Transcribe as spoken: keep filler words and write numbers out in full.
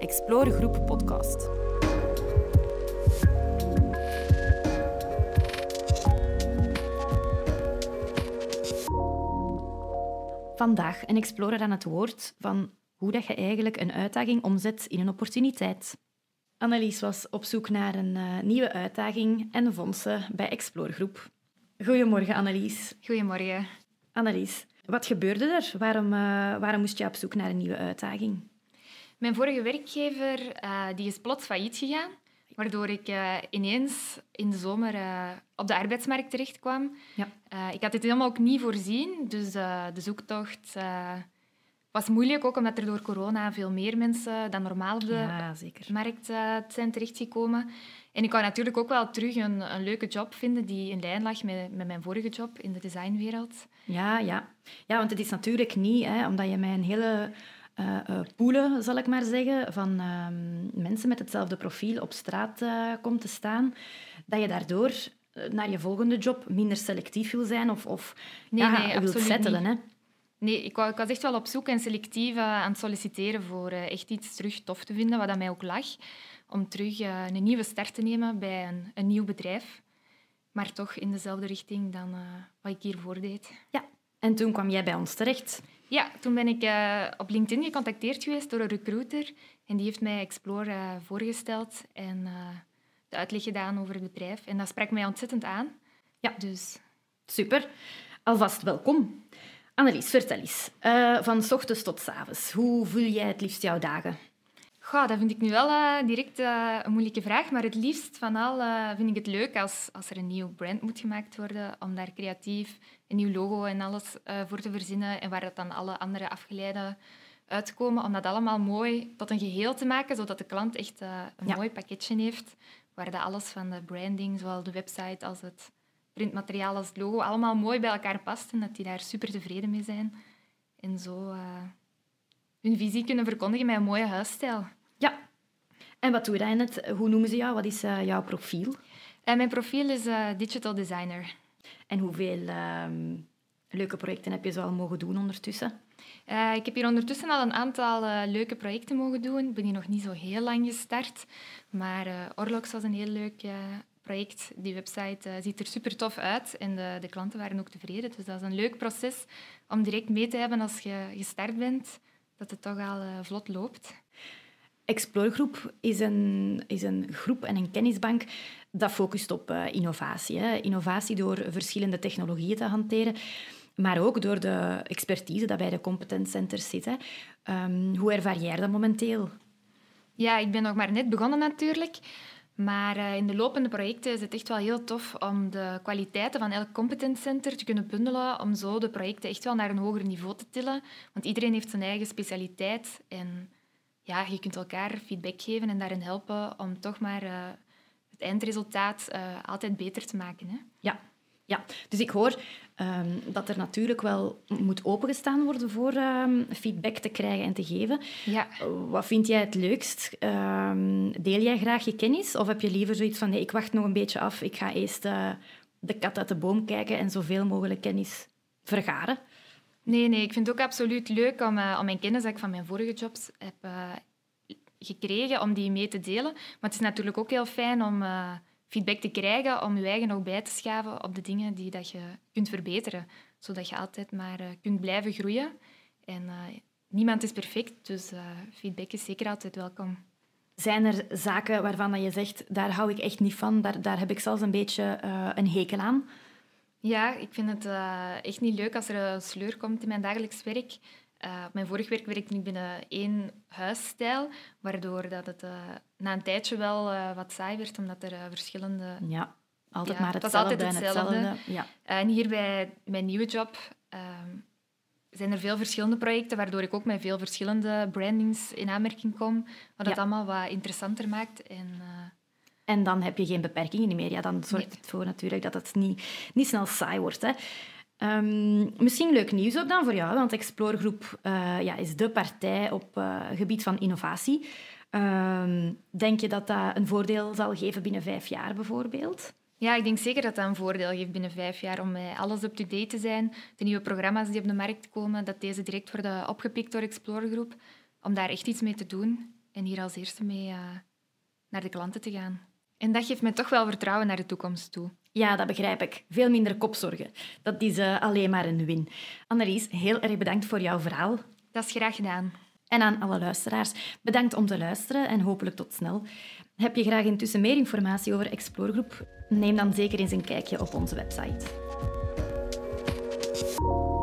Explore Groep podcast. Vandaag een explorer aan het woord van hoe dat je eigenlijk een uitdaging omzet in een opportuniteit. Annelies was op zoek naar een uh, nieuwe uitdaging en vond ze bij Explore Groep. Goedemorgen, Annelies. Goedemorgen. Annelies, wat gebeurde er? Waarom, uh, waarom moest je op zoek naar een nieuwe uitdaging? Mijn vorige werkgever uh, die is plots failliet gegaan, waardoor ik uh, ineens in de zomer uh, op de arbeidsmarkt terecht kwam. Ja. Uh, ik had dit helemaal ook niet voorzien, dus uh, de zoektocht uh, was moeilijk, ook omdat er door corona veel meer mensen dan normaal op de ja, zeker. markt uh, zijn terechtgekomen. En ik wou natuurlijk ook wel terug een, een leuke job vinden die in lijn lag met, met mijn vorige job in de designwereld. Ja, ja. ja, want het is natuurlijk niet, hè, omdat je met een hele uh, uh, poelen, zal ik maar zeggen, van uh, mensen met hetzelfde profiel op straat uh, komt te staan, dat je daardoor uh, naar je volgende job minder selectief wil zijn of, of nee, ja, nee, wilt settelen. Hè? Nee, ik, wou, ik was echt wel op zoek en selectief uh, aan het solliciteren voor uh, echt iets terug tof te vinden, wat aan mij ook lag. Om terug uh, een nieuwe start te nemen bij een, een nieuw bedrijf. Maar toch in dezelfde richting dan uh, wat ik hiervoor deed. Ja, en toen kwam jij bij ons terecht. Ja, toen ben ik uh, op LinkedIn gecontacteerd geweest door een recruiter. En die heeft mij Explore uh, voorgesteld en uh, de uitleg gedaan over het bedrijf. En dat sprak mij ontzettend aan. Ja, dus... super. Alvast welkom. Annelies, vertel eens. Uh, van 's ochtends tot 's avonds. Hoe vul jij het liefst jouw dagen? Goh, dat vind ik nu wel uh, direct uh, een moeilijke vraag. Maar het liefst van al uh, vind ik het leuk als, als er een nieuw brand moet gemaakt worden. Om daar creatief een nieuw logo en alles uh, voor te verzinnen. En waar dat dan alle andere afgeleiden uitkomen. Om dat allemaal mooi tot een geheel te maken. Zodat de klant echt uh, een ja. mooi pakketje heeft. Waar dat alles van de branding, zowel de website als het printmateriaal als het logo, allemaal mooi bij elkaar past. En dat die daar super tevreden mee zijn. En zo... Uh, hun visie kunnen verkondigen met een mooie huisstijl. Ja. En wat doe je dan in het? Hoe noemen ze jou? Wat is uh, jouw profiel? Uh, mijn profiel is uh, digital designer. En hoeveel uh, leuke projecten heb je zo al mogen doen ondertussen? Uh, ik heb hier ondertussen al een aantal uh, leuke projecten mogen doen. Ik ben hier nog niet zo heel lang gestart. Maar uh, Orlox was een heel leuk uh, project. Die website uh, ziet er super tof uit. En de, de klanten waren ook tevreden. Dus dat is een leuk proces om direct mee te hebben als je gestart bent. Dat het toch al uh, vlot loopt. Explore Groep is een, is een groep en een kennisbank dat focust op uh, innovatie. Hè. Innovatie door verschillende technologieën te hanteren, maar ook door de expertise dat bij de competence centers zit. Hè. Um, hoe ervaar jij dat momenteel? Ja, ik ben nog maar net begonnen natuurlijk. Maar uh, in de lopende projecten is het echt wel heel tof om de kwaliteiten van elk competence center te kunnen bundelen, om zo de projecten echt wel naar een hoger niveau te tillen. Want iedereen heeft zijn eigen specialiteit en ja, je kunt elkaar feedback geven en daarin helpen om toch maar uh, het eindresultaat uh, altijd beter te maken. Hè? Ja. Ja, dus ik hoor um, dat er natuurlijk wel moet opengestaan worden voor um, feedback te krijgen en te geven. Ja. Wat vind jij het leukst? Um, deel jij graag je kennis? Of heb je liever zoiets van, nee, ik wacht nog een beetje af, ik ga eerst uh, de kat uit de boom kijken en zoveel mogelijk kennis vergaren? Nee, nee, ik vind het ook absoluut leuk om, uh, om mijn kennis dat ik van mijn vorige jobs heb uh, gekregen, om die mee te delen. Maar het is natuurlijk ook heel fijn om... Uh, feedback te krijgen om je eigen nog bij te schaven op de dingen die dat je kunt verbeteren. Zodat je altijd maar uh, kunt blijven groeien. En uh, niemand is perfect, dus uh, feedback is zeker altijd welkom. Zijn er zaken waarvan je zegt, daar hou ik echt niet van, daar, daar heb ik zelfs een beetje uh, een hekel aan? Ja, ik vind het uh, echt niet leuk als er een sleur komt in mijn dagelijks werk. Uh, op mijn vorig werk werkte ik binnen één huisstijl, waardoor dat het uh, na een tijdje wel uh, wat saai werd, omdat er uh, verschillende... Ja, altijd ja, maar het hetzelfde. Het was altijd hetzelfde. En, hetzelfde. Ja. En hier bij mijn nieuwe job uh, zijn er veel verschillende projecten, waardoor ik ook met veel verschillende brandings in aanmerking kom, wat het ja. allemaal wat interessanter maakt. En, uh... en dan heb je geen beperkingen meer. Ja, dan zorgt nee. het voor natuurlijk dat het niet, niet snel saai wordt, hè. Um, misschien leuk nieuws ook dan voor jou, want Explore Groep uh, ja, is de partij op uh, gebied van innovatie. Um, denk je dat dat een voordeel zal geven binnen vijf jaar bijvoorbeeld? Ja, ik denk zeker dat dat een voordeel geeft binnen vijf jaar om met alles up-to-date te zijn. De nieuwe programma's die op de markt komen, dat deze direct worden opgepikt door Explore Groep, om daar echt iets mee te doen. en hier als eerste mee uh, naar de klanten te gaan. En dat geeft mij toch wel vertrouwen naar de toekomst toe. Ja, dat begrijp ik. Veel minder kopzorgen. Dat is uh, alleen maar een win. Annelies, heel erg bedankt voor jouw verhaal. Dat is graag gedaan. En aan alle luisteraars, bedankt om te luisteren en hopelijk tot snel. Heb je graag intussen meer informatie over Explore Group? Neem dan zeker eens een kijkje op onze website.